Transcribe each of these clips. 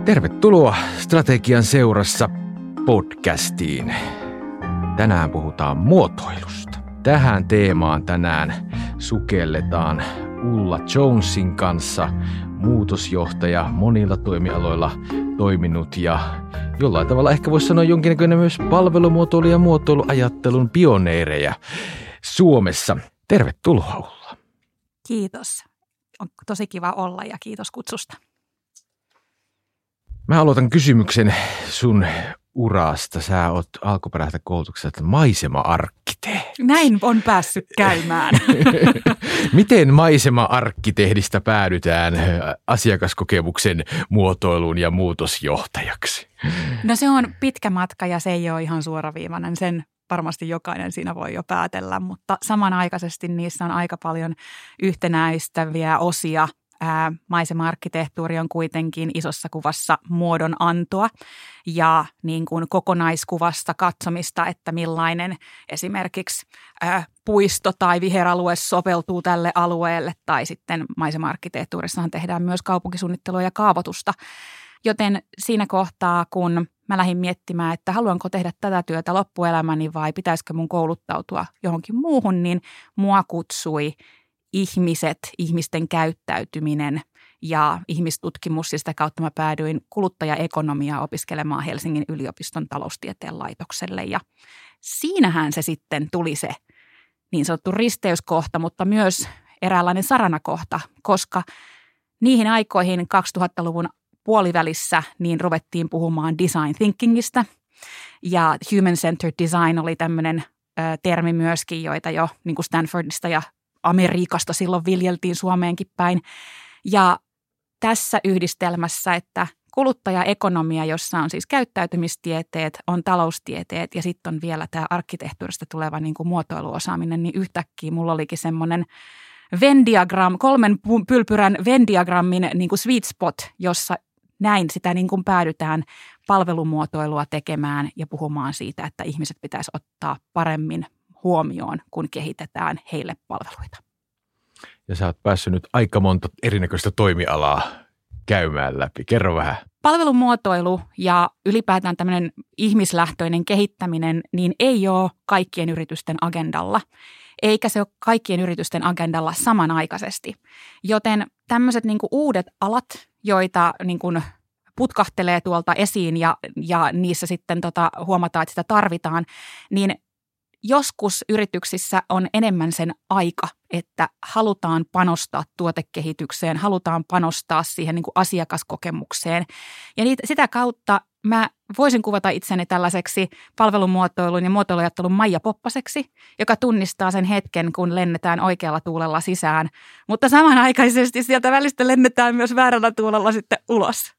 Tervetuloa Strategian seurassa podcastiin. Tänään puhutaan muotoilusta. Tähän teemaan tänään sukelletaan Ulla Jonesin kanssa, muutosjohtaja, monilla toimialoilla toiminut ja jollain tavalla ehkä voisi sanoa jonkinnäköinen myös palvelumuotoilu ja muotoiluajattelun pioneereja Suomessa. Tervetuloa Ulla. Kiitos. On tosi kiva olla ja kiitos kutsusta. Mä aloitan kysymyksen sun urasta. Sä oot alkuperäiseltä koulutukselta maisema-arkkitehti. Näin on päässyt käymään. Miten maisema-arkkitehdistä päädytään asiakaskokemuksen muotoiluun ja muutosjohtajaksi? No se on pitkä matka ja se ei ole ihan suoraviivainen. Sen varmasti jokainen siinä voi jo päätellä, mutta samanaikaisesti niissä on aika paljon yhtenäistäviä osia. Maisema-arkkitehtuuri on kuitenkin isossa kuvassa muodon antoa ja niin kuin kokonaiskuvasta katsomista, että millainen esimerkiksi puisto tai viheralue sopeutuu tälle alueelle tai sitten maisema-arkkitehtuurissahan tehdään myös kaupunkisuunnittelua ja kaavoitusta. Joten siinä kohtaa, kun mä lähdin miettimään, että haluanko tehdä tätä työtä loppuelämäni vai pitäisikö mun kouluttautua johonkin muuhun, niin mua kutsui ihmiset, ihmisten käyttäytyminen ja ihmistutkimus ja sitä kautta mä päädyin kuluttajaekonomiaa opiskelemaan Helsingin yliopiston taloustieteen laitokselle ja siinähän se sitten tuli se niin sanottu risteyskohta, mutta myös eräänlainen saranakohta, koska niihin aikoihin 2000-luvun puolivälissä niin ruvettiin puhumaan design thinkingistä ja human-centered design oli tämmöinen termi myöskin, joita jo niin kuin Stanfordista ja Amerikasta silloin viljeltiin Suomeenkin päin. Ja tässä yhdistelmässä, että kuluttajaekonomia, jossa on siis käyttäytymistieteet, on taloustieteet ja sitten on vielä tämä arkkitehtuurista tuleva niin kuin muotoiluosaaminen, niin yhtäkkiä mulla olikin semmoinen Venn-diagram, 3 pylpyrän Venn-diagrammin niin kuin sweet spot, jossa näin sitä niin kuin päädytään palvelumuotoilua tekemään ja puhumaan siitä, että ihmiset pitäisi ottaa paremmin huomioon, kun kehitetään heille palveluita. Ja sä oot päässyt nyt aika monta erinäköistä toimialaa käymään läpi. Kerro vähän. Palvelumuotoilu ja ylipäätään tämmöinen ihmislähtöinen kehittäminen, niin ei ole kaikkien yritysten agendalla, eikä se ole kaikkien yritysten agendalla samanaikaisesti. Joten tämmöiset niin kuin uudet alat, joita niin kuin putkahtelee tuolta esiin ja niissä sitten huomataan, että sitä tarvitaan, niin joskus yrityksissä on enemmän sen aika, että halutaan panostaa tuotekehitykseen, halutaan panostaa siihen niin kuin asiakaskokemukseen. Ja sitä kautta mä voisin kuvata itseni tällaiseksi palvelumuotoilun ja muotoiluajattelun Maija Poppaseksi, joka tunnistaa sen hetken, kun lennetään oikealla tuulella sisään. Mutta samanaikaisesti sieltä välistä lennetään myös väärällä tuulella sitten ulos.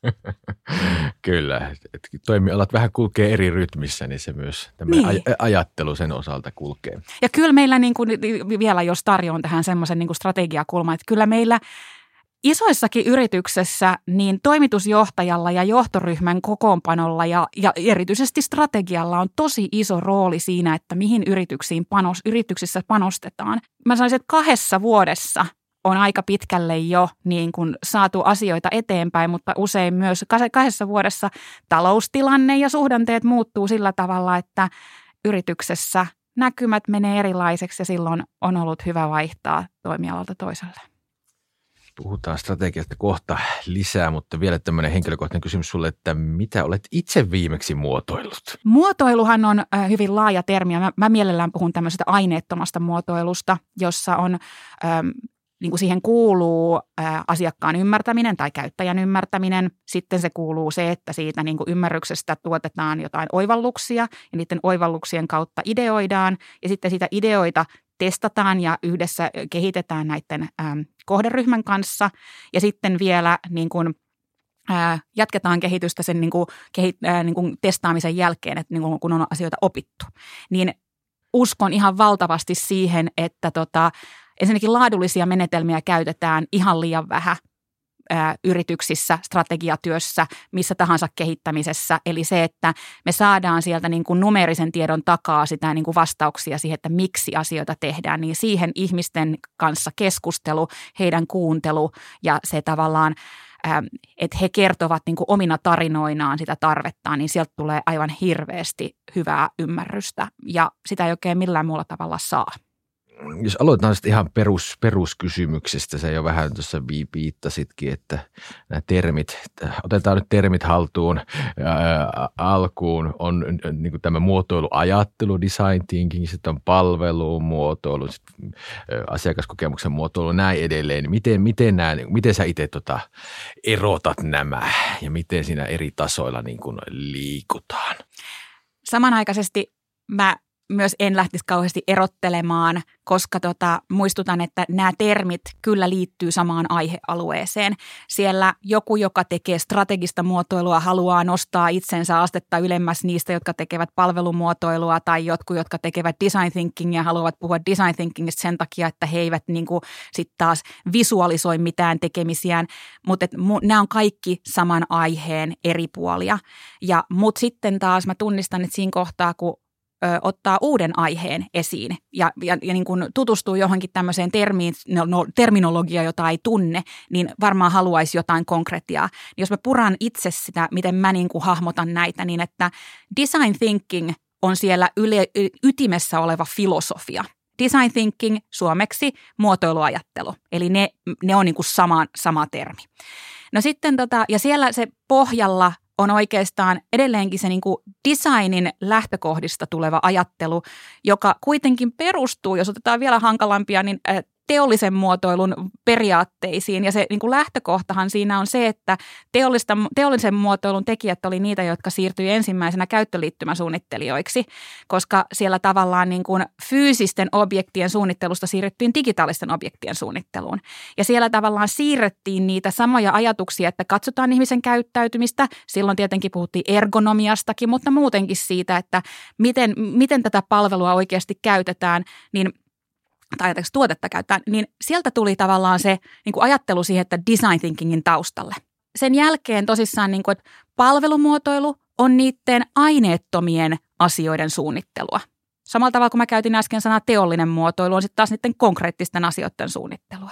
Kyllä, että toimialat vähän kulkee eri rytmissä, niin se myös tämä ajattelu sen osalta kulkee. Ja kyllä meillä niin kuin, vielä jos tarjoan tähän semmoisen niin kuin strategiakulman, että kyllä meillä isoissakin yrityksessä niin toimitusjohtajalla ja johtoryhmän kokoonpanolla ja erityisesti strategialla on tosi iso rooli siinä, että mihin yrityksissä panostetaan. Mä sanoisin, että 2 vuodessa on aika pitkälle jo niin kuin saatu asioita eteenpäin, mutta usein myös 2 vuodessa taloustilanne ja suhdanteet muuttuu sillä tavalla, että yrityksessä näkymät menee erilaiseksi ja silloin on ollut hyvä vaihtaa toimialalta toiselle. Puhutaan strategiasta kohta lisää, mutta vielä tämmöinen henkilökohtainen kysymys sulle, että mitä olet itse viimeksi muotoillut? Muotoiluhan on hyvin laaja termi ja mä mielellään puhun tämmöisestä aineettomasta muotoilusta, jossa on niin kuin siihen kuuluu asiakkaan ymmärtäminen tai käyttäjän ymmärtäminen. Sitten se kuuluu se, että siitä niin kuin ymmärryksestä tuotetaan jotain oivalluksia ja niiden oivalluksien kautta ideoidaan. Ja sitten siitä ideoita testataan ja yhdessä kehitetään näiden kohderyhmän kanssa. Ja sitten vielä niin kuin jatketaan kehitystä sen niin kuin testaamisen jälkeen, että niin kuin, kun on asioita opittu. Niin uskon ihan valtavasti siihen, että ensinnäkin laadullisia menetelmiä käytetään ihan liian vähän yrityksissä, strategiatyössä, missä tahansa kehittämisessä. Eli se, että me saadaan sieltä niin kuin numeerisen tiedon takaa sitä niin kuin vastauksia siihen, että miksi asioita tehdään, niin siihen ihmisten kanssa keskustelu, heidän kuuntelu ja se tavallaan että he kertovat niin kuin omina tarinoinaan sitä tarvettaan, niin sieltä tulee aivan hirveästi hyvää ymmärrystä ja sitä ei oikein millään muulla tavalla saa. Jos aloitetaan sitten ihan peruskysymyksestä, se jo vähän tuossa viittasitkin, että nämä termit, otetaan nyt termit haltuun alkuun, on niin kuin tämä muotoiluajattelu, design thinking, sitten on palvelumuotoilu, sitten asiakaskokemuksen muotoilu, näin edelleen. Miten sä itse erotat nämä ja miten siinä eri tasoilla niin kuin liikutaan? Samanaikaisesti mä myös en lähtisi kauheasti erottelemaan, koska muistutan, että nämä termit kyllä liittyy samaan aihealueeseen. Siellä joku, joka tekee strategista muotoilua, haluaa nostaa itsensä astetta ylemmäs niistä, jotka tekevät palvelumuotoilua, tai jotkut, jotka tekevät design thinkingia, haluavat puhua design thinkingista sen takia, että he eivät sit taas visualisoi mitään tekemisiään, mutta nämä on kaikki saman aiheen eri puolia. Mutta sitten taas mä tunnistan, että siinä kohtaa, kun ottaa uuden aiheen esiin ja niin kuin tutustuu johonkin tämmöiseen terminologiaan, jota ei tunne, niin varmaan haluaisi jotain konkretiaa. Jos mä puran itse sitä, miten mä niin kuin hahmotan näitä, niin että design thinking on siellä ytimessä oleva filosofia. Design thinking suomeksi muotoiluajattelu, eli ne on niin kuin sama termi. No sitten ja siellä se pohjalla on oikeastaan edelleenkin se niin kuin designin lähtökohdista tuleva ajattelu, joka kuitenkin perustuu, jos otetaan vielä hankalampia, niin teollisen muotoilun periaatteisiin. Ja se niin kuin lähtökohtahan siinä on se, että teollisen muotoilun tekijät oli niitä, jotka siirtyi ensimmäisenä käyttöliittymäsuunnittelijoiksi, koska siellä tavallaan niin kuin fyysisten objektien suunnittelusta siirryttiin digitaalisten objektien suunnitteluun. Ja siellä tavallaan siirrettiin niitä samoja ajatuksia, että katsotaan ihmisen käyttäytymistä. Silloin tietenkin puhuttiin ergonomiastakin, mutta muutenkin siitä, että miten tätä palvelua oikeasti käytetään, niin tai tuotetta käytetään, niin sieltä tuli tavallaan se niin kuin ajattelu siihen, että design thinkingin taustalle. Sen jälkeen tosissaan, niin kuin, että palvelumuotoilu on niiden aineettomien asioiden suunnittelua. Samalla tavalla kuin mä käytin äsken sanaa teollinen muotoilu, on sitten taas niiden konkreettisten asioiden suunnittelua.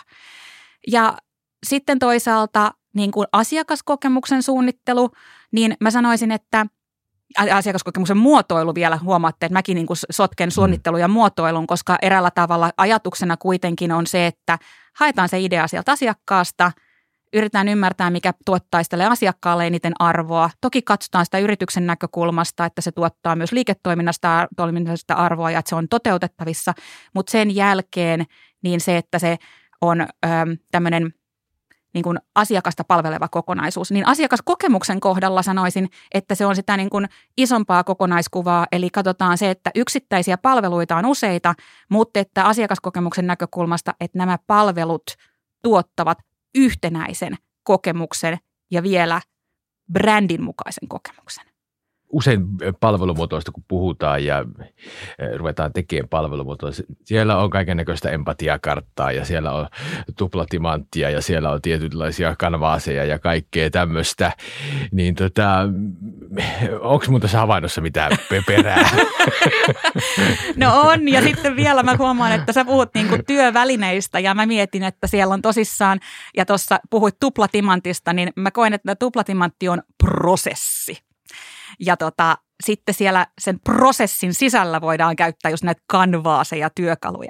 Ja sitten toisaalta niin kuin asiakaskokemuksen suunnittelu, niin mä sanoisin, että asiakaskokemuksen muotoilu vielä huomaatte, että mäkin niin kuin sotken suunnittelun ja muotoilun, koska eräällä tavalla ajatuksena kuitenkin on se, että haetaan se idea sieltä asiakkaasta, yritetään ymmärtää, mikä tuottaisi tälle asiakkaalle eniten arvoa. Toki katsotaan sitä yrityksen näkökulmasta, että se tuottaa myös liiketoiminnasta arvoa ja että se on toteutettavissa, mutta sen jälkeen niin se, että se on tämmöinen niin kuin asiakasta palveleva kokonaisuus, niin asiakaskokemuksen kohdalla sanoisin, että se on sitä niin kuin isompaa kokonaiskuvaa, eli katsotaan se, että yksittäisiä palveluita on useita, mutta että asiakaskokemuksen näkökulmasta, että nämä palvelut tuottavat yhtenäisen kokemuksen ja vielä brändin mukaisen kokemuksen. Usein palvelumuotoista, kun puhutaan ja ruvetaan tekemään palvelumuotoista, siellä on kaikennäköistä empatiakarttaa ja siellä on tuplatimanttia ja siellä on tietynlaisia kanvaaseja ja kaikkea tämmöistä. Niin onko mun tässä havainnossa mitään perää? No on, ja sitten vielä mä huomaan, että sä puhut niinku työvälineistä ja mä mietin, että siellä on tosissaan, ja tuossa puhuit tuplatimantista, niin mä koen, että tuplatimantti on prosessi. Ja sitten siellä sen prosessin sisällä voidaan käyttää just näitä kanvaaseja, työkaluja.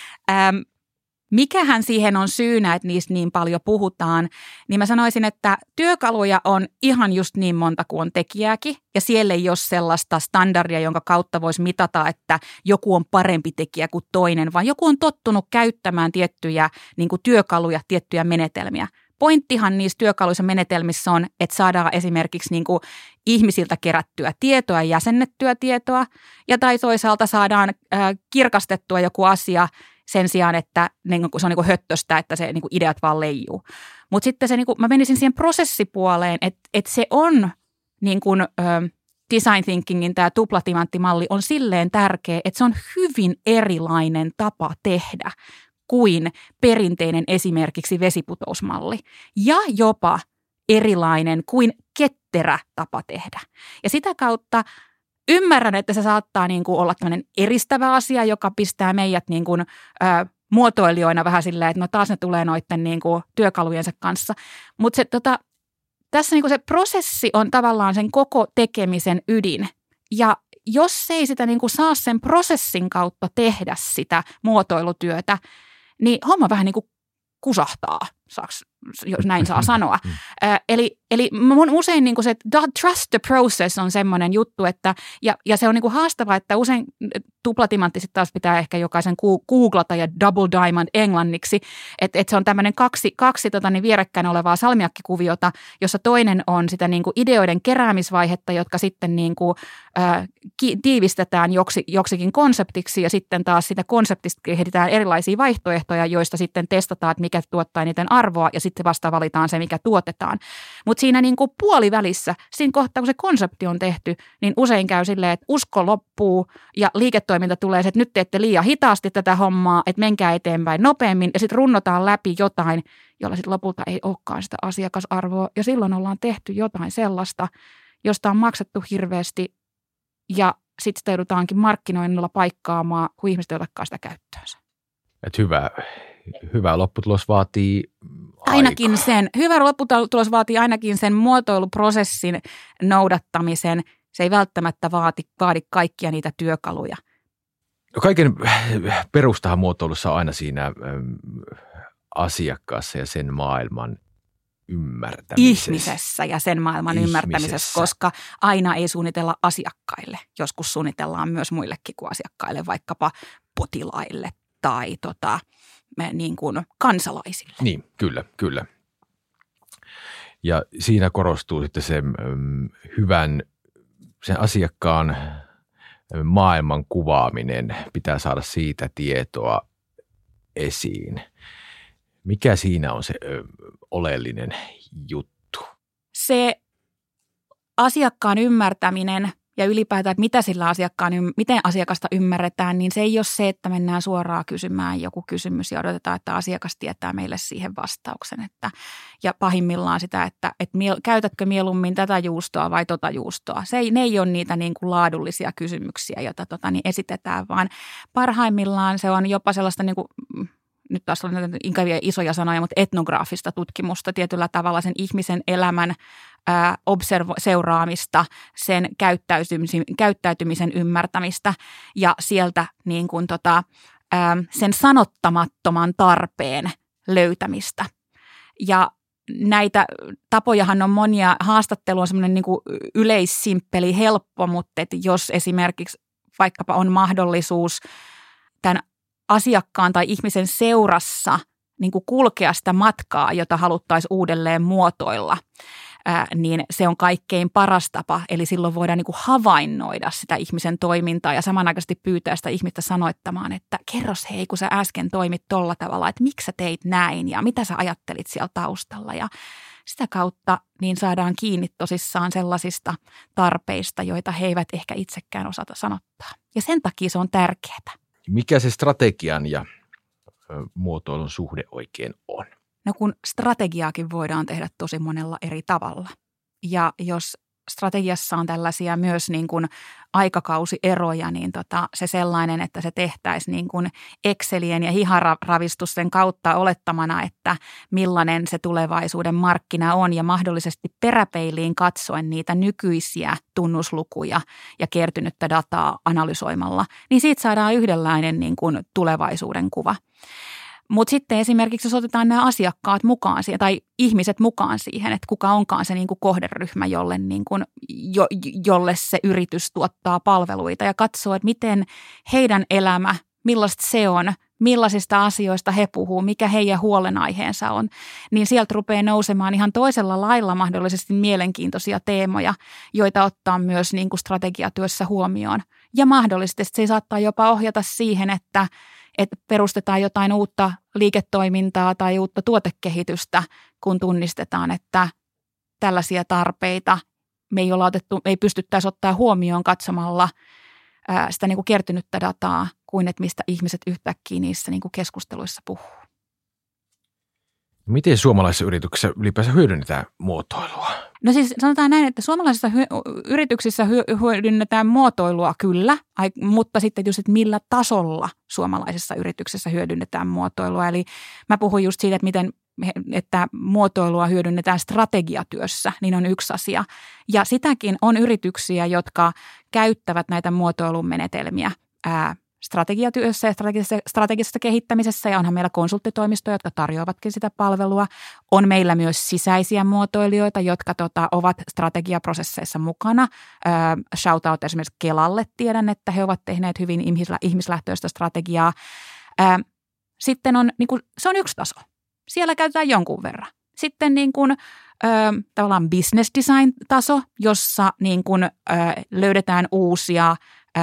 Mikähän siihen on syynä, että niistä niin paljon puhutaan, niin mä sanoisin, että työkaluja on ihan just niin monta kuin on tekijääkin. Ja siellä ei ole sellaista standardia, jonka kautta voisi mitata, että joku on parempi tekijä kuin toinen, vaan joku on tottunut käyttämään tiettyjä niin kuin työkaluja, tiettyjä menetelmiä. Pointtihan niissä työkaluissa menetelmissä on, että saadaan esimerkiksi niin kuin ihmisiltä kerättyä tietoa ja jäsennettyä tietoa, ja tai toisaalta saadaan kirkastettua joku asia sen sijaan, että se on niin kuin höttöstä, että se niin kuin ideat vaan leijuu. Mutta sitten se, niin kuin, mä menisin siihen prosessipuoleen, että se on niin kuin, design thinkingin tämä tuplatimanttimalli on silleen tärkeä, että se on hyvin erilainen tapa tehdä kuin perinteinen esimerkiksi vesiputousmalli ja jopa erilainen kuin ketterä tapa tehdä. Ja sitä kautta ymmärrän, että se saattaa niin kuin olla tämmöinen eristävä asia, joka pistää meidät niin kuin, muotoilijoina vähän silleen, että no taas ne tulee noiden niin kuin työkalujensa kanssa. Mutta se tässä niin kuin se prosessi on tavallaan sen koko tekemisen ydin. Ja jos ei sitä niin kuin saa sen prosessin kautta tehdä sitä muotoilutyötä, niin homma vähän niin kuin kusahtaa, jos näin saa sanoa. Eli usein niin kuin se trust the process on semmoinen juttu, että, ja se on niin kuin haastavaa, että usein tuplatimanttiset taas pitää ehkä jokaisen googlata ja double diamond englanniksi, että se on tämmöinen kaksi vierekkäin olevaa salmiakkikuviota, jossa toinen on sitä niin kuin ideoiden keräämisvaihetta, jotka sitten niin kuin, tiivistetään joksikin konseptiksi ja sitten taas sitä konseptista kehitetään erilaisia vaihtoehtoja, joista sitten testataan, että mikä tuottaa niiden arvoa ja sitten vasta valitaan se, mikä tuotetaan. Mutta siinä niin kuin puolivälissä, siinä kohtaa kun se konsepti on tehty, niin usein käy silleen, että usko loppuu ja liiketoiminta tulee se, että nyt teette liian hitaasti tätä hommaa, että menkää eteenpäin nopeammin ja sitten runnotaan läpi jotain, jolla sitten lopulta ei olekaan sitä asiakasarvoa ja silloin ollaan tehty jotain sellaista, josta on maksettu hirveästi ja sitten sitä joudutaankin markkinoinnilla paikkaamaan, kun ihmiset ei otakaan sitä käyttöönsä. Että hyvä lopputulos vaatii ainakin sen. Hyvä lopputulos vaatii ainakin sen muotoiluprosessin noudattamisen. Se ei välttämättä vaadi kaikkia niitä työkaluja. Kaiken perustahan muotoilussa on aina siinä asiakkaassa ja sen maailman ymmärtämisessä. Ihmisessä ja sen maailman ymmärtämisessä, koska aina ei suunnitella asiakkaille. Joskus suunnitellaan myös muillekin kuin asiakkaille, vaikkapa potilaille tai niin kuin kansalaisille. Niin, kyllä. Ja siinä korostuu sitten se sen asiakkaan maailman kuvaaminen, pitää saada siitä tietoa esiin. Mikä siinä on se oleellinen juttu? Se asiakkaan ymmärtäminen ja ylipäätään, että miten asiakasta ymmärretään, niin se ei ole se, että mennään suoraan kysymään joku kysymys ja odotetaan, että asiakas tietää meille siihen vastauksen. Ja pahimmillaan sitä, että käytätkö mieluummin tätä juustoa vai tota juustoa. Ne ei ole niitä niin kuin laadullisia kysymyksiä, joita esitetään, vaan parhaimmillaan se on jopa sellaista niin kuin, nyt taas on näitä isoja sanoja, mutta etnograafista tutkimusta tietyllä tavalla sen ihmisen elämän seuraamista, sen käyttäytymisen ymmärtämistä ja sieltä niin kuin sen sanottamattoman tarpeen löytämistä. Ja näitä tapojahan on monia. Haastattelu on semmoinen niin kuin yleissimppeli, helppo, mutta että jos esimerkiksi vaikkapa on mahdollisuus tämän asiakkaan tai ihmisen seurassa niin kuin kulkea sitä matkaa, jota haluttaisiin uudelleen muotoilla, niin se on kaikkein paras tapa. Eli silloin voidaan niin kuin havainnoida sitä ihmisen toimintaa ja samanaikaisesti pyytää sitä ihmistä sanoittamaan, että kerros hei, kun sä äsken toimit tolla tavalla, että miksi sä teit näin ja mitä sä ajattelit siellä taustalla. Ja sitä kautta niin saadaan kiinni tosissaan sellaisista tarpeista, joita he eivät ehkä itsekään osata sanottaa. Ja sen takia se on tärkeää. Mikä se strategian ja muotoilun suhde oikein on? No kun strategiaakin voidaan tehdä tosi monella eri tavalla. Ja jos strategiassa on tällaisia myös niin kuin aikakausieroja, niin se sellainen, että se tehtäisiin niin kuin Excelien ja hiharavistusten kautta olettamana, että millainen se tulevaisuuden markkina on ja mahdollisesti peräpeiliin katsoen niitä nykyisiä tunnuslukuja ja kertynyttä dataa analysoimalla, niin siitä saadaan yhdenlainen niin kuin tulevaisuuden kuva. Mutta sitten esimerkiksi jos otetaan nämä asiakkaat mukaan siihen, tai ihmiset mukaan siihen, että kuka onkaan se niin kuin kohderyhmä, jolle se yritys tuottaa palveluita ja katsoo, että miten heidän elämä, millaista se on, millaisista asioista he puhuu, mikä heidän huolenaiheensa on, niin sieltä rupeaa nousemaan ihan toisella lailla mahdollisesti mielenkiintoisia teemoja, joita ottaa myös niin kuin strategiatyössä huomioon. Ja mahdollisesti se saattaa jopa ohjata siihen, että perustetaan jotain uutta liiketoimintaa tai uutta tuotekehitystä, kun tunnistetaan, että tällaisia tarpeita me ei pystyttäisi ottaa huomioon katsomalla sitä niin kuin kertynyttä dataa, kuin että mistä ihmiset yhtäkkiä niissä niin kuin keskusteluissa puhuu. Miten suomalaisissa yrityksissä ylipäänsä hyödynnetään muotoilua? No siis sanotaan näin, että suomalaisissa yrityksissä hyödynnetään muotoilua kyllä, mutta sitten just, että millä tasolla suomalaisissa yrityksissä hyödynnetään muotoilua. Eli mä puhun just siitä, että että muotoilua hyödynnetään strategiatyössä, niin on yksi asia. Ja sitäkin on yrityksiä, jotka käyttävät näitä muotoilun menetelmiä strategiatyössä ja strategisessa kehittämisessä, ja onhan meillä konsulttitoimistoja, jotka tarjoavatkin sitä palvelua. On meillä myös sisäisiä muotoilijoita, jotka ovat strategiaprosesseissa mukana. Shout out esimerkiksi Kelalle, tiedän, että he ovat tehneet hyvin ihmislähtöistä strategiaa. Sitten on, niin kuin, se on yksi taso. Siellä käytetään jonkun verran. Sitten niin kuin, tavallaan business design-taso, jossa niin kuin, löydetään uusia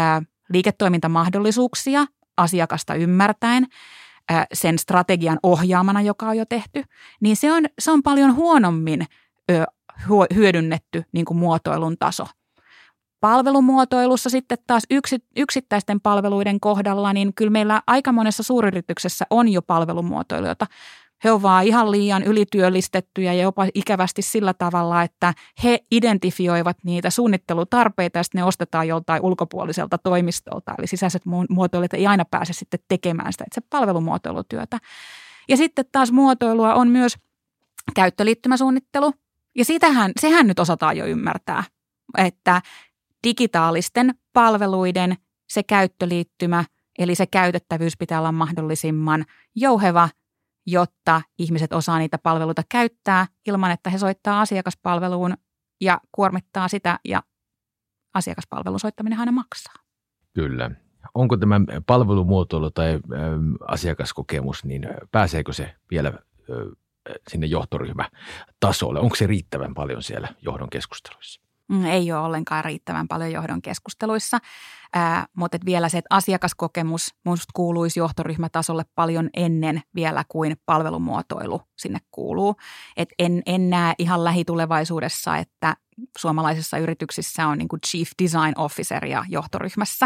liiketoimintamahdollisuuksia asiakasta ymmärtäen sen strategian ohjaamana, joka on jo tehty, niin se on paljon huonommin hyödynnetty niin kuin muotoilun taso. Palvelumuotoilussa sitten taas yksittäisten palveluiden kohdalla, niin kyllä meillä aika monessa suuryrityksessä on jo palvelumuotoilijoita. He ovat vaan ihan liian ylityöllistettyjä ja jopa ikävästi sillä tavalla, että he identifioivat niitä suunnittelutarpeita ja sitten ne ostetaan joltain ulkopuoliselta toimistolta. Eli sisäiset muotoilijat ei aina pääse sitten tekemään sitä itse palvelumuotoilutyötä. Ja sitten taas muotoilua on myös käyttöliittymäsuunnittelu. Ja sehän nyt osataan jo ymmärtää, että digitaalisten palveluiden se käyttöliittymä, eli se käytettävyys pitää olla mahdollisimman jouheva, jotta ihmiset osaa niitä palveluita käyttää ilman, että he soittaa asiakaspalveluun ja kuormittaa sitä, ja asiakaspalvelun soittaminen aina maksaa. Kyllä. Onko tämä palvelumuotoilu tai asiakaskokemus, niin pääseekö se vielä sinne johtoryhmätasolle? Onko se riittävän paljon siellä johdon keskusteluissa? Ei ole ollenkaan riittävän paljon johdon keskusteluissa, mutta vielä se, että asiakaskokemus minusta kuuluisi johtoryhmätasolle paljon ennen vielä kuin palvelumuotoilu sinne kuuluu. Et en näe ihan lähitulevaisuudessa, että suomalaisissa yrityksissä on niin kuin Chief Design Officeria johtoryhmässä,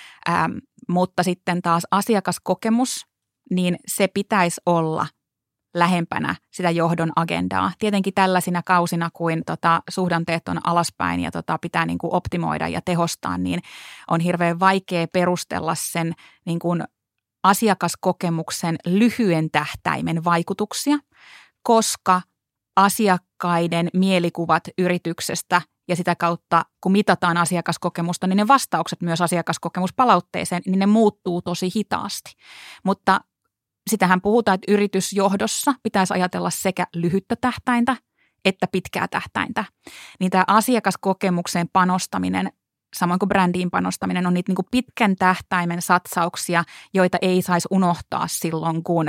mutta sitten taas asiakaskokemus, niin se pitäisi olla lähempänä sitä johdon agendaa. Tietenkin tällaisina kausina, kuin suhdanteet on alaspäin ja pitää niin kuin optimoida ja tehostaa, niin on hirveän vaikea perustella sen niin kuin asiakaskokemuksen lyhyen tähtäimen vaikutuksia, koska asiakkaiden mielikuvat yrityksestä ja sitä kautta, kun mitataan asiakaskokemusta, niin ne vastaukset myös asiakaskokemuspalautteeseen, niin ne muuttuu tosi hitaasti. Mutta sitähän puhutaan, että yritysjohdossa pitäisi ajatella sekä lyhyttä tähtäintä että pitkää tähtäintä. Niin tämä asiakaskokemukseen panostaminen, samoin kuin brändiin panostaminen, on niitä niin kuin pitkän tähtäimen satsauksia, joita ei saisi unohtaa silloin, kun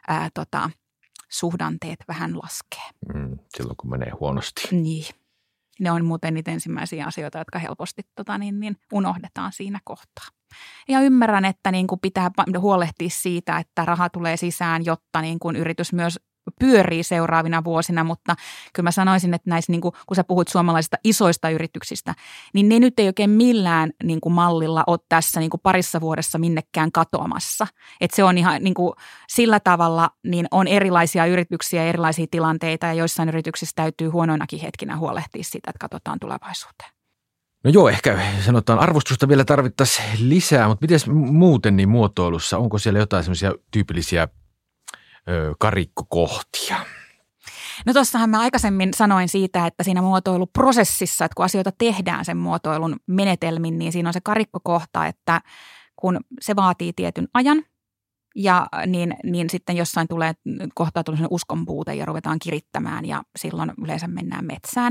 suhdanteet vähän laskee. Silloin, kun menee huonosti. Niin. Ne on muuten niitä ensimmäisiä asioita, jotka helposti unohdetaan siinä kohtaa. Ja ymmärrän, että niin kuin pitää huolehtia siitä, että raha tulee sisään, jotta niin kuin yritys myös pyörii seuraavina vuosina, mutta kyllä mä sanoisin, että näissä, niin kuin, kun sä puhut suomalaisista isoista yrityksistä, niin ne nyt ei oikein millään niin kuin mallilla ole tässä niin kuin parissa vuodessa minnekään katoamassa. Että se on ihan niin kuin sillä tavalla, niin on erilaisia yrityksiä ja erilaisia tilanteita, ja joissain yrityksissä täytyy huonoinakin hetkinä huolehtia siitä, että katsotaan tulevaisuuteen. No joo, ehkä sanotaan arvostusta vielä tarvittaisiin lisää, mutta miten muuten niin muotoilussa, onko siellä jotain semmoisia tyypillisiä karikkokohtia? No tuossahan mä aikaisemmin sanoin siitä, että siinä muotoiluprosessissa, että kun asioita tehdään sen muotoilun menetelmin, niin siinä on se karikkokohta, että kun se vaatii tietyn ajan ja niin sitten jossain kohtaa tulee uskonpuute ja ruvetaan kirittämään ja silloin yleensä mennään metsään.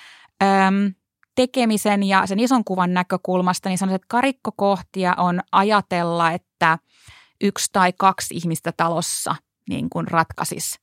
Tekemisen ja sen ison kuvan näkökulmasta, niin sanoisin, että karikkokohtia on ajatella, että 1 tai 2 ihmistä talossa niin kuin ratkaisisi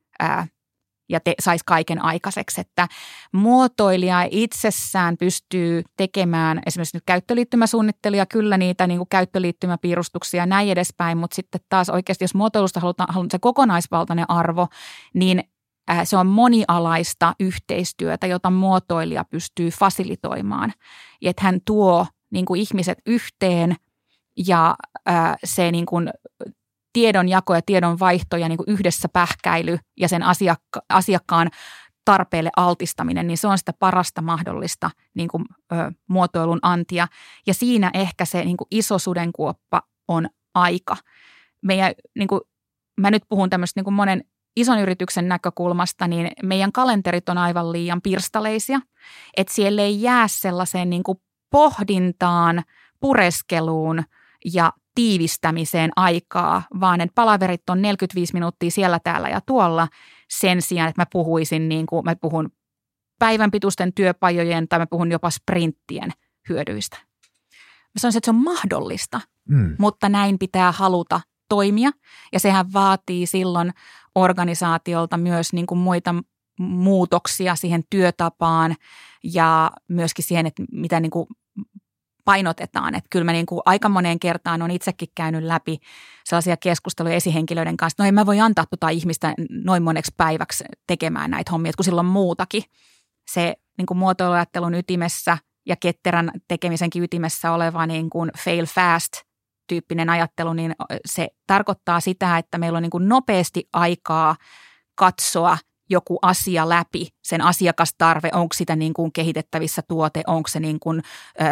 ja saisi kaiken aikaiseksi, että muotoilija itsessään pystyy tekemään esimerkiksi nyt käyttöliittymäsuunnitteluja, kyllä niitä niin kuin käyttöliittymäpiirustuksia ja näin edespäin, mutta sitten taas oikeasti, jos muotoilusta halutaan se kokonaisvaltainen arvo, niin se on monialaista yhteistyötä, jota muotoilija pystyy fasilitoimaan. Ja että hän tuo niin kuin ihmiset yhteen ja se niin kuin tiedonjako ja tiedonvaihto ja niin kuin yhdessä pähkäily ja sen asiakkaan tarpeelle altistaminen, niin se on sitä parasta mahdollista niin kuin, muotoilun antia. Ja siinä ehkä se niin kuin iso sudenkuoppa on aika. Mä nyt puhun tämmöistä niin kuin monen ison yrityksen näkökulmasta, niin meidän kalenterit on aivan liian pirstaleisia, että siellä ei jää sellaiseen niin kuin pohdintaan, pureskeluun ja tiivistämiseen aikaa, vaan että palaverit on 45 minuuttia siellä, täällä ja tuolla sen sijaan, että mä puhuisin niin kuin, mä puhun päivän pituisten työpajojen tai mä puhun jopa sprinttien hyödyistä. Mä sanoisin, että se on mahdollista, mutta näin pitää haluta toimia ja sehän vaatii silloin organisaatiolta myös niin kuin muita muutoksia siihen työtapaan ja myöskin siihen, että mitä niin kuin painotetaan. Että kyllä mä niin kuin aika moneen kertaan on itsekin käynyt läpi sellaisia keskusteluja esihenkilöiden kanssa, no ei mä voi antaa tota ihmistä noin moneksi päiväksi tekemään näitä hommia, kun sillä on muutakin. Se niin kuin muotoiluajattelun ytimessä ja ketterän tekemisenkin ytimessä oleva niin kuin fail fast -tyyppinen ajattelu, niin se tarkoittaa sitä, että meillä on niin kuin nopeasti aikaa katsoa joku asia läpi, sen asiakastarve, onko sitä niin kuin kehitettävissä tuote, onko se niin kuin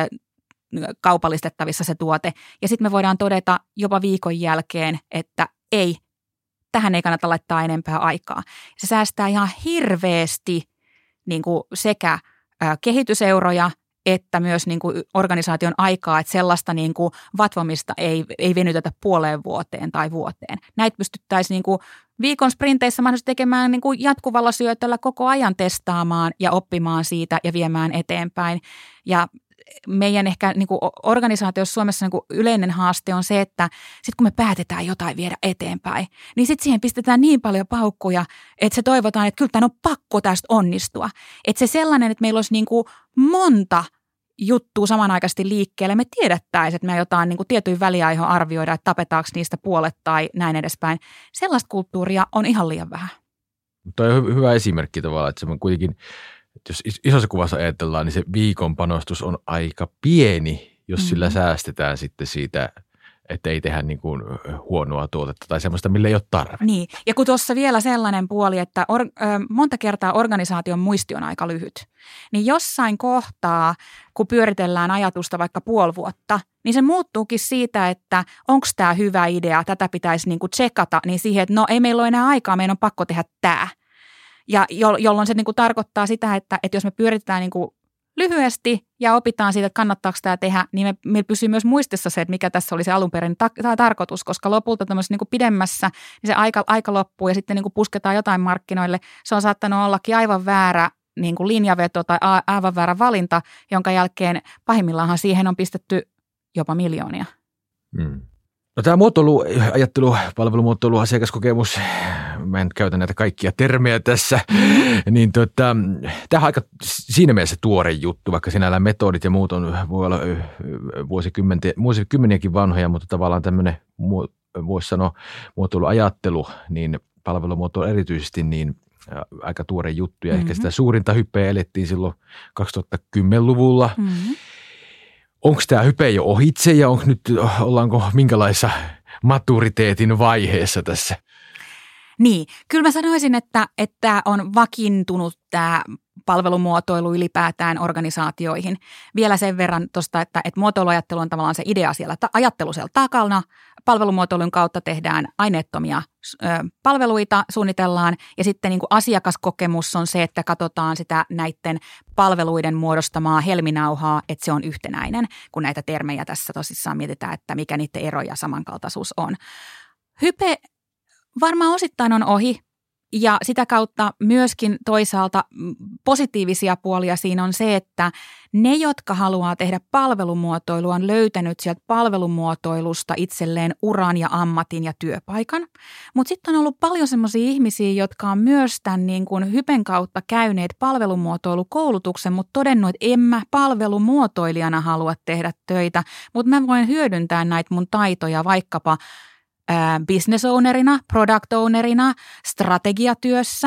kaupallistettavissa se tuote. Ja sitten me voidaan todeta jopa viikon jälkeen, että ei, tähän ei kannata laittaa enempää aikaa. Se säästää ihan hirveästi niin kuin sekä kehityseuroja että myös niin kuin organisaation aikaa, että sellaista niin kuin vatvomista ei venytetä puoleen vuoteen tai vuoteen. Näitä pystyttäisiin niin kuin viikon sprinteissä mahdollisesti tekemään niin kuin jatkuvalla syötöllä koko ajan testaamaan ja oppimaan siitä ja viemään eteenpäin. Ja meidän ehkä niin kuin organisaatiossa Suomessa niin kuin yleinen haaste on se, että sitten kun me päätetään jotain viedä eteenpäin, niin sitten siihen pistetään niin paljon paukkuja, että se toivotaan, että kyllä tämän on pakko tästä onnistua. Että se sellainen, että meillä olisi niin kuin monta juttua samanaikaisesti liikkeelle, me tiedettäisiin, että me jotain niin kuin tietyin väliaihon arvioida, että tapetaanko niistä puolet tai näin edespäin. Sellaista kulttuuria on ihan liian vähän. Toi on hyvä esimerkki tavallaan, että se on kuitenkin, että jos isossa kuvassa ajatellaan, niin se viikon panostus on aika pieni, jos sillä säästetään sitten siitä, että ei tehdä niin kuin huonoa tuotetta tai semmoista, millä ei ole tarve. Niin, ja kun tuossa vielä sellainen puoli, että monta kertaa organisaation muisti on aika lyhyt, niin jossain kohtaa, kun pyöritellään ajatusta vaikka puoli vuotta, niin se muuttuukin siitä, että onko tämä hyvä idea, tätä pitäisi niin kuin tsekata, niin siihen, että no ei meillä ole enää aikaa, meidän on pakko tehdä tämä. Ja jolloin se niin kuin tarkoittaa sitä, että jos me pyöritetään niin kuin lyhyesti ja opitaan siitä, että kannattaako tämä tehdä, niin me pysyy myös muistissa se, että mikä tässä oli se alunperin tarkoitus, koska lopulta tämmöisessä niin kuin pidemmässä niin se aika loppuu ja sitten niin kuin pusketaan jotain markkinoille. Se on saattanut ollakin aivan väärä niin kuin linjaveto tai aivan väärä valinta, jonka jälkeen pahimmillaanhan siihen on pistetty jopa miljoonia. No tämä muotoiluajattelu, palvelumuotoilu, asiakaskokemus, mä en käytä näitä kaikkia termejä tässä, niin tämä on aika siinä mielessä tuore juttu, vaikka sinällään metodit ja muut voi olla vuosikymmeniäkin vanhoja, mutta tavallaan tämmöinen, voisi sanoa, muotoiluajattelu, niin palvelumuotoilu erityisesti, niin aika tuore juttu ja ehkä sitä suurinta hyppeä elettiin silloin 2010-luvulla. Onko tämä hype jo ohitse ja ollaanko minkälaisessa maturiteetin vaiheessa tässä? Niin, kyllä mä sanoisin, että on vakiintunut tämä palvelumuotoilu ylipäätään organisaatioihin. Vielä sen verran tuosta, että muotoiluajattelu on tavallaan se idea siellä, ajattelu siellä takana. Palvelumuotoilun kautta tehdään aineettomia palveluita, suunnitellaan ja sitten niin kuin asiakaskokemus on se, että katsotaan sitä näiden palveluiden muodostamaa helminauhaa, että se on yhtenäinen, kun näitä termejä tässä tosissaan mietitään, että mikä niiden ero ja samankaltaisuus on. Hype varmaan osittain on ohi. Ja sitä kautta myöskin toisaalta positiivisia puolia siinä on se, että ne, jotka haluaa tehdä palvelumuotoilua, on löytänyt sieltä palvelumuotoilusta itselleen uran ja ammatin ja työpaikan. Mutta sitten on ollut paljon semmoisia ihmisiä, jotka on myös tämän niin kuin hypen kautta käyneet palvelumuotoilukoulutuksen, mutta todennut, että en mä palvelumuotoilijana halua tehdä töitä, mutta mä voin hyödyntää näitä mun taitoja vaikkapa business ownerina, product ownerina, strategiatyössä,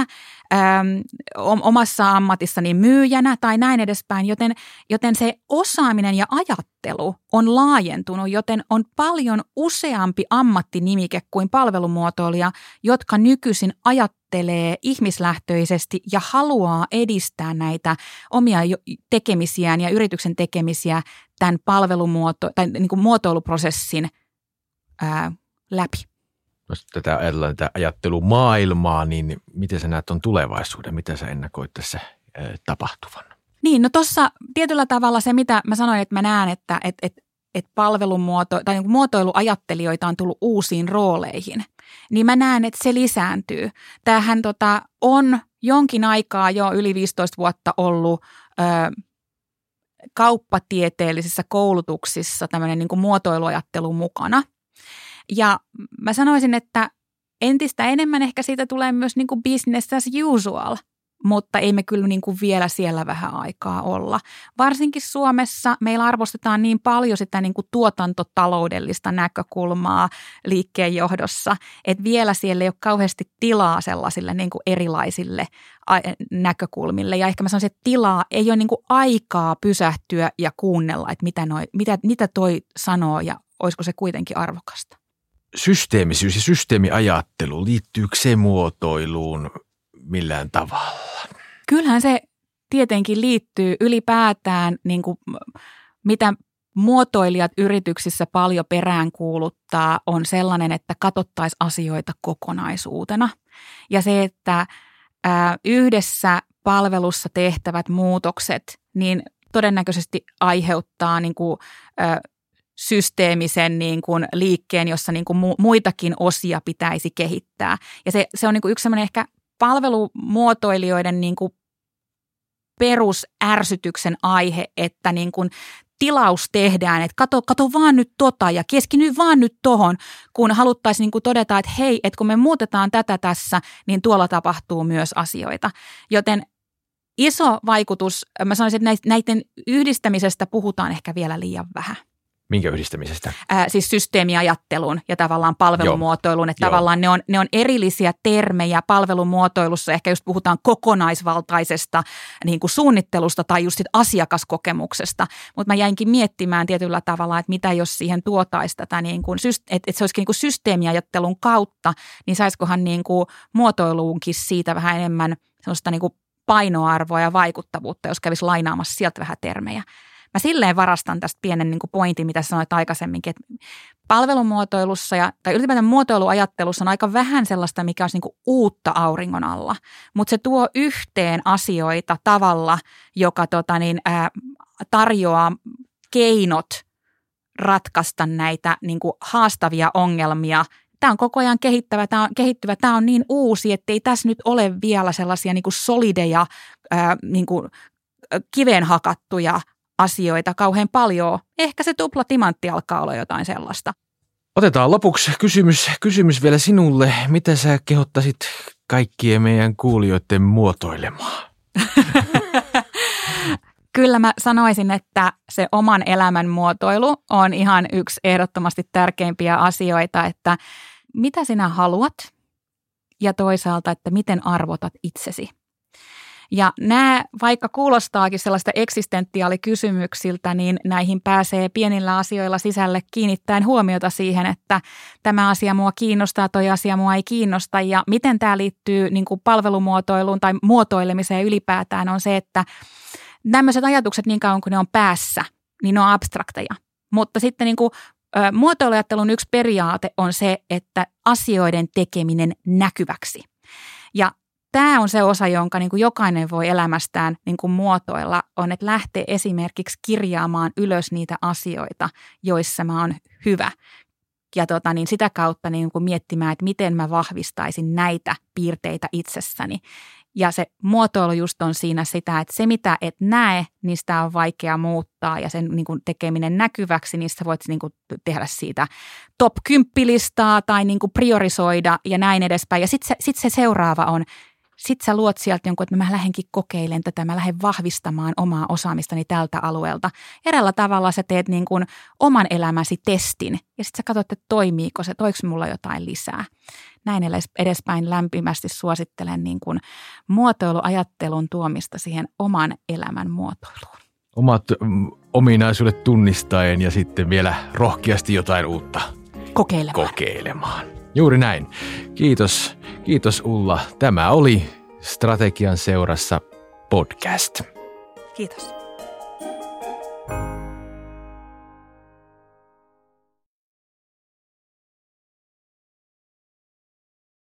omassa ammatissani myyjänä tai näin edespäin, joten se osaaminen ja ajattelu on laajentunut, joten on paljon useampi ammattinimike kuin palvelumuotoilija, jotka nykyisin ajattelee ihmislähtöisesti ja haluaa edistää näitä omia tekemisiään ja yrityksen tekemisiä tämän tai niin kuin muotoiluprosessin läpi. Jos tätä ajatellaan tätä ajattelumaailmaa, niin miten sä näet ton tulevaisuuden? Mitä sä ennakoit tässä tapahtuvan? Niin, no tuossa tietyllä tavalla se, mitä mä sanoin, että mä näen, että palvelumuoto tai muotoiluajattelijoita on tullut uusiin rooleihin, niin mä näen, että se lisääntyy. Tämähän on jonkin aikaa jo yli 15 vuotta ollut kauppatieteellisissä koulutuksissa tämmöinen niin kuin muotoiluajattelu mukana. Ja mä sanoisin, että entistä enemmän ehkä siitä tulee myös niin kuin business as usual, mutta ei me kyllä niin kuin vielä siellä vähän aikaa olla. Varsinkin Suomessa meillä arvostetaan niin paljon sitä niin kuin tuotantotaloudellista näkökulmaa liikkeenjohdossa, että vielä siellä ei ole kauheasti tilaa sellaisille niin kuin erilaisille näkökulmille. Ja ehkä mä sanoisin, että tilaa ei ole niin kuin aikaa pysähtyä ja kuunnella, että mitä toi sanoo ja olisiko se kuitenkin arvokasta. Systeemisyys ja systeemiajattelu, liittyykö se muotoiluun millään tavalla? Kyllähän se tietenkin liittyy ylipäätään, niin kuin, mitä muotoilijat yrityksissä paljon peräänkuuluttaa, on sellainen, että katsottaisiin asioita kokonaisuutena. Ja se, että yhdessä palvelussa tehtävät muutokset, niin todennäköisesti aiheuttaa niin kuin, systeemisen niin kuin liikkeen, jossa niin kuin muitakin osia pitäisi kehittää. Ja se on niin kuin yksi sellainen ehkä palvelumuotoilijoiden niin kuin perusärsytyksen aihe, että niin kuin tilaus tehdään, että kato vaan nyt ja keskity vaan nyt tohon, kun haluttaisiin niin kuin todeta, että hei, että kun me muutetaan tätä tässä, niin tuolla tapahtuu myös asioita. Joten iso vaikutus, mä sanoisin, että näiden yhdistämisestä puhutaan ehkä vielä liian vähän. Minkä yhdistämisestä? Siis systeemiajattelun ja tavallaan palvelumuotoilun, että tavallaan ne on erillisiä termejä palvelumuotoilussa. Ehkä just puhutaan kokonaisvaltaisesta niin kuin suunnittelusta tai just sit asiakaskokemuksesta. Mutta mä jäinkin miettimään tietyllä tavalla, että mitä jos siihen tuotaisi tätä, niin kuin, että se olisikin niin kuin systeemiajattelun kautta, niin saisikohan niin kuin muotoiluunkin siitä vähän enemmän sellaista niin kuin painoarvoa ja vaikuttavuutta, jos kävisi lainaamassa sieltä vähän termejä. Mä silleen varastan tästä pienen niin kuin pointin, mitä sanoit aikaisemminkin, että palvelumuotoilussa tai ylipäätään muotoiluajattelussa on aika vähän sellaista, mikä olisi niin kuin uutta auringon alla, mutta se tuo yhteen asioita tavalla, joka tarjoaa keinot ratkaista näitä niin kuin haastavia ongelmia. Tämä on koko ajan kehittyvä, tämä on niin uusi, että ei tässä nyt ole vielä sellaisia niin kuin solideja, niin kuin kiveen hakattuja asioita kauhean paljon. Ehkä se tuplatimantti alkaa olla jotain sellaista. Otetaan lopuksi kysymys vielä sinulle. Mitä sä kehottaisit kaikkien meidän kuulijoiden muotoilemaan? Kyllä mä sanoisin, että se oman elämän muotoilu on ihan yksi ehdottomasti tärkeimpiä asioita, että mitä sinä haluat ja toisaalta, että miten arvotat itsesi. Ja nämä, vaikka kuulostaakin sellaista eksistentiaalikysymyksiltä, niin näihin pääsee pienillä asioilla sisälle kiinnittäen huomiota siihen, että tämä asia mua kiinnostaa, toi asia mua ei kiinnosta. Ja miten tämä liittyy niin kuin palvelumuotoiluun tai muotoilemiseen ylipäätään on se, että tämmöiset ajatukset niin kauan kuin ne on päässä, niin ne on abstrakteja. Mutta sitten niin kuin muotoiluajattelun yksi periaate on se, että asioiden tekeminen näkyväksi. Ja tämä on se osa, jonka niin kuin jokainen voi elämästään niin kuin muotoilla, on, että lähtee esimerkiksi kirjaamaan ylös niitä asioita, joissa mä oon hyvä. Ja niin sitä kautta niin kuin miettimään, että miten mä vahvistaisin näitä piirteitä itsessäni. Ja se muotoilu just on siinä sitä, että se mitä et näe, niin sitä on vaikea muuttaa ja sen niin kuin tekeminen näkyväksi, niin sä voit niin kuin tehdä siitä top 10-listaa tai niin kuin priorisoida ja näin edespäin. Ja sitten se seuraava on, sitten sä luot sieltä jonkun, että mä lähdenkin kokeilemaan tätä, mä lähden vahvistamaan omaa osaamistani tältä alueelta. Eräällä tavalla sä teet niin kuin oman elämäsi testin ja sitten sä katsot, että toimiiko se, toiko mulla jotain lisää. Näin edespäin lämpimästi suosittelen niin kuin muotoiluajattelun tuomista siihen oman elämän muotoiluun. Omat ominaisuudet tunnistaen ja sitten vielä rohkeasti jotain uutta kokeilemaan. Juuri näin. Kiitos Ulla. Tämä oli Strategian seurassa podcast. Kiitos.